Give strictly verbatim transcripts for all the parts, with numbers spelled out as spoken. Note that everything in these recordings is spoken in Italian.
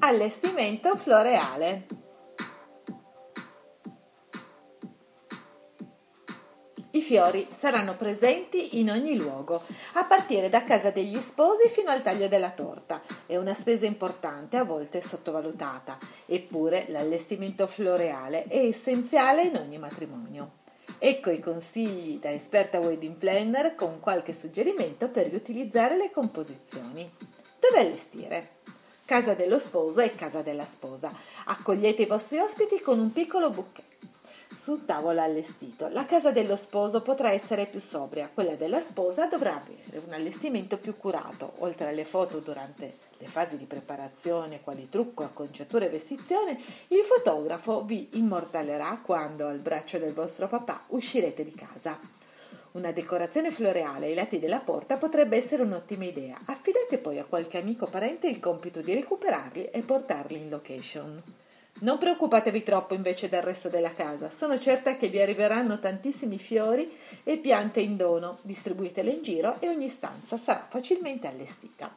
Allestimento floreale. I fiori saranno presenti in ogni luogo, a partire da casa degli sposi fino al taglio della torta. È una spesa importante, a volte sottovalutata, eppure l'allestimento floreale è essenziale in ogni matrimonio. Ecco i consigli da esperta wedding planner con qualche suggerimento per riutilizzare le composizioni. Dove allestire? Casa dello sposo e casa della sposa. Accogliete i vostri ospiti con un piccolo bouquet sul tavolo allestito. La casa dello sposo potrà essere più sobria, quella della sposa dovrà avere un allestimento più curato. Oltre alle foto durante le fasi di preparazione, quali trucco, acconciatura e vestizione, il fotografo vi immortalerà quando al braccio del vostro papà uscirete di casa. Una decorazione floreale ai lati della porta potrebbe essere un'ottima idea. Affidate poi a qualche amico o parente il compito di recuperarli e portarli in location. Non preoccupatevi troppo invece del resto della casa. Sono certa che vi arriveranno tantissimi fiori e piante in dono. Distribuitele in giro e ogni stanza sarà facilmente allestita.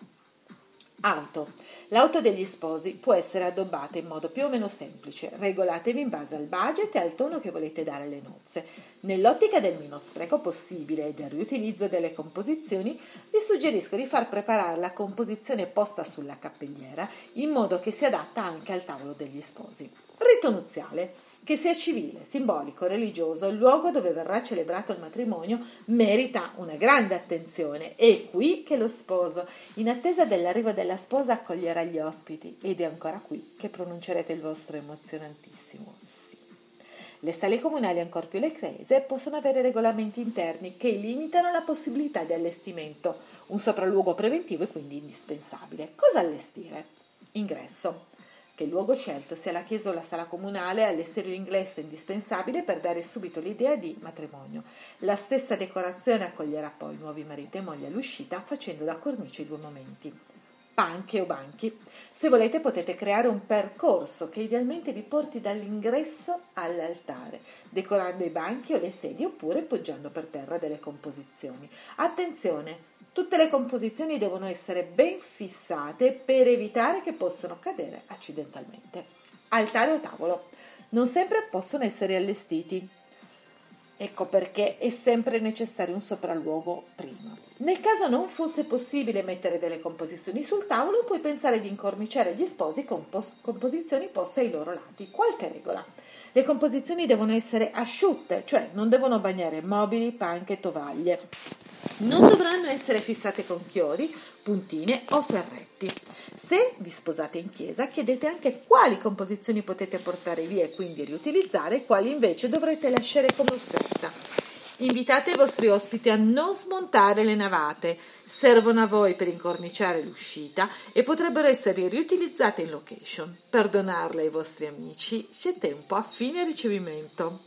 Auto. L'auto degli sposi può essere addobbata in modo più o meno semplice. Regolatevi in base al budget e al tono che volete dare alle nozze. Nell'ottica del minor spreco possibile e del riutilizzo delle composizioni, vi suggerisco di far preparare la composizione posta sulla cappelliera in modo che sia adatta anche al tavolo degli sposi. Rito nuziale. Che sia civile, simbolico, religioso, il luogo dove verrà celebrato il matrimonio merita una grande attenzione. È qui che lo sposo, in attesa dell'arrivo della sposa, accoglierà gli ospiti ed è ancora qui che pronuncerete il vostro emozionantissimo sì. Le sale comunali, ancor più le chiese, possono avere regolamenti interni che limitano la possibilità di allestimento, un sopralluogo preventivo è quindi indispensabile. Cosa allestire? Ingresso. Che il luogo scelto sia la chiesa o la sala comunale, allestire l'ingresso è indispensabile per dare subito l'idea di matrimonio. La stessa decorazione accoglierà poi nuovi mariti e mogli all'uscita, facendo da cornice i due momenti. Panche o banchi. Se volete potete creare un percorso che idealmente vi porti dall'ingresso all'altare, decorando i banchi o le sedie oppure poggiando per terra delle composizioni. Attenzione! Tutte le composizioni devono essere ben fissate per evitare che possano cadere accidentalmente. Altare o tavolo. Non sempre possono essere allestiti. Ecco perché è sempre necessario un sopralluogo prima. Nel caso non fosse possibile mettere delle composizioni sul tavolo, puoi pensare di incorniciare gli sposi con pos- composizioni poste ai loro lati. Qualche regola. Le composizioni devono essere asciutte, cioè non devono bagnare mobili, panche e tovaglie. Non dovranno essere fissate con chiodi, puntine o ferretti. Se vi sposate in chiesa, chiedete anche quali composizioni potete portare via e quindi riutilizzare, quali invece dovrete lasciare come offerta. Invitate i vostri ospiti a non smontare le navate, servono a voi per incorniciare l'uscita e potrebbero essere riutilizzate in location. Per donarle ai vostri amici c'è tempo a fine ricevimento.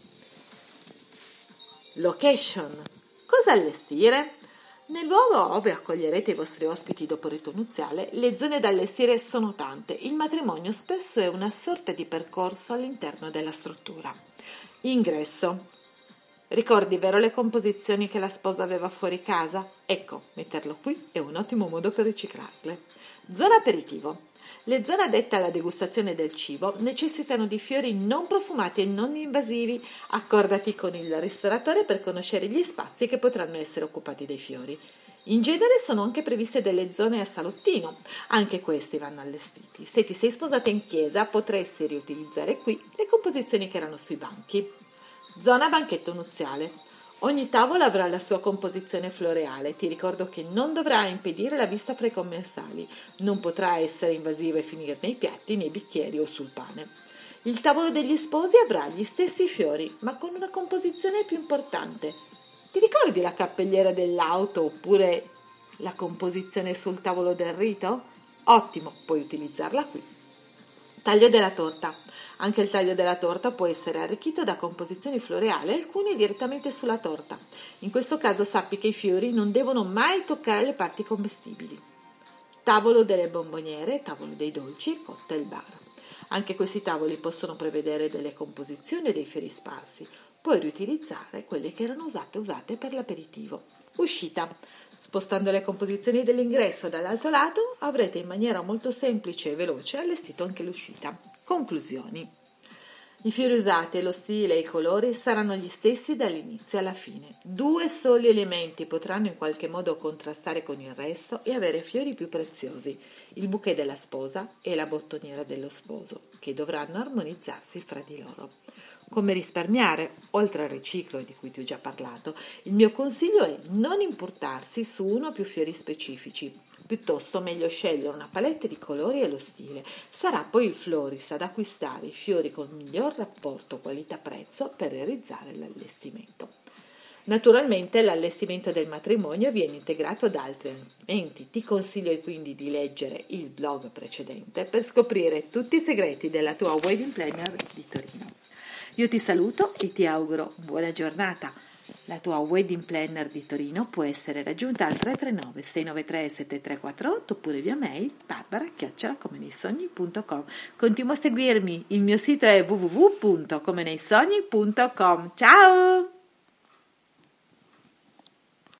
Location. Cosa allestire? Nel luogo dove accoglierete i vostri ospiti dopo il rito nuziale, le zone da allestire sono tante. Il matrimonio spesso è una sorta di percorso all'interno della struttura. Ingresso. Ricordi, vero, le composizioni che la sposa aveva fuori casa? Ecco, metterlo qui è un ottimo modo per riciclarle. Zona aperitivo. Le zone addette alla degustazione del cibo necessitano di fiori non profumati e non invasivi. Accordati con il ristoratore per conoscere gli spazi che potranno essere occupati dai fiori. In genere sono anche previste delle zone a salottino, anche questi vanno allestiti. Se ti sei sposata in chiesa potresti riutilizzare qui le composizioni che erano sui banchi. Zona banchetto nuziale. Ogni tavola avrà la sua composizione floreale. Ti ricordo che non dovrà impedire la vista fra i commensali, non potrà essere invasiva e finire nei piatti, nei bicchieri o sul pane. Il tavolo degli sposi avrà gli stessi fiori, ma con una composizione più importante. Ti ricordi la cappelliera dell'auto oppure la composizione sul tavolo del rito? Ottimo, puoi utilizzarla qui. Taglio della torta. Anche il taglio della torta può essere arricchito da composizioni floreali, alcune direttamente sulla torta. In questo caso sappi che i fiori non devono mai toccare le parti commestibili. Tavolo delle bomboniere, tavolo dei dolci e cocktail bar. Anche questi tavoli possono prevedere delle composizioni e dei fiori sparsi. Puoi riutilizzare quelle che erano usate usate per l'aperitivo. Uscita. Spostando le composizioni dell'ingresso dall'altro lato avrete in maniera molto semplice e veloce allestito anche l'uscita. Conclusioni. I fiori usati e lo stile e i colori saranno gli stessi dall'inizio alla fine. Due soli elementi potranno in qualche modo contrastare con il resto e avere fiori più preziosi, il bouquet della sposa e la bottoniera dello sposo, che dovranno armonizzarsi fra di loro. Come risparmiare? Oltre al riciclo di cui ti ho già parlato, il mio consiglio è non importarsi su uno o più fiori specifici. Piuttosto meglio scegliere una palette di colori e lo stile. Sarà poi il florista ad acquistare i fiori con miglior rapporto qualità-prezzo per realizzare l'allestimento. Naturalmente l'allestimento del matrimonio viene integrato da altri elementi. Ti consiglio quindi di leggere il blog precedente per scoprire tutti i segreti della tua wedding planner di Torino. Io ti saluto e ti auguro buona giornata. La tua wedding planner di Torino può essere raggiunta al tre tre nove sei nove tre sette tre quattro otto oppure via mail barbara chiocciola come nei sogni punto com. Continua a seguirmi, il mio sito è w w w punto come nei sogni punto com. Ciao!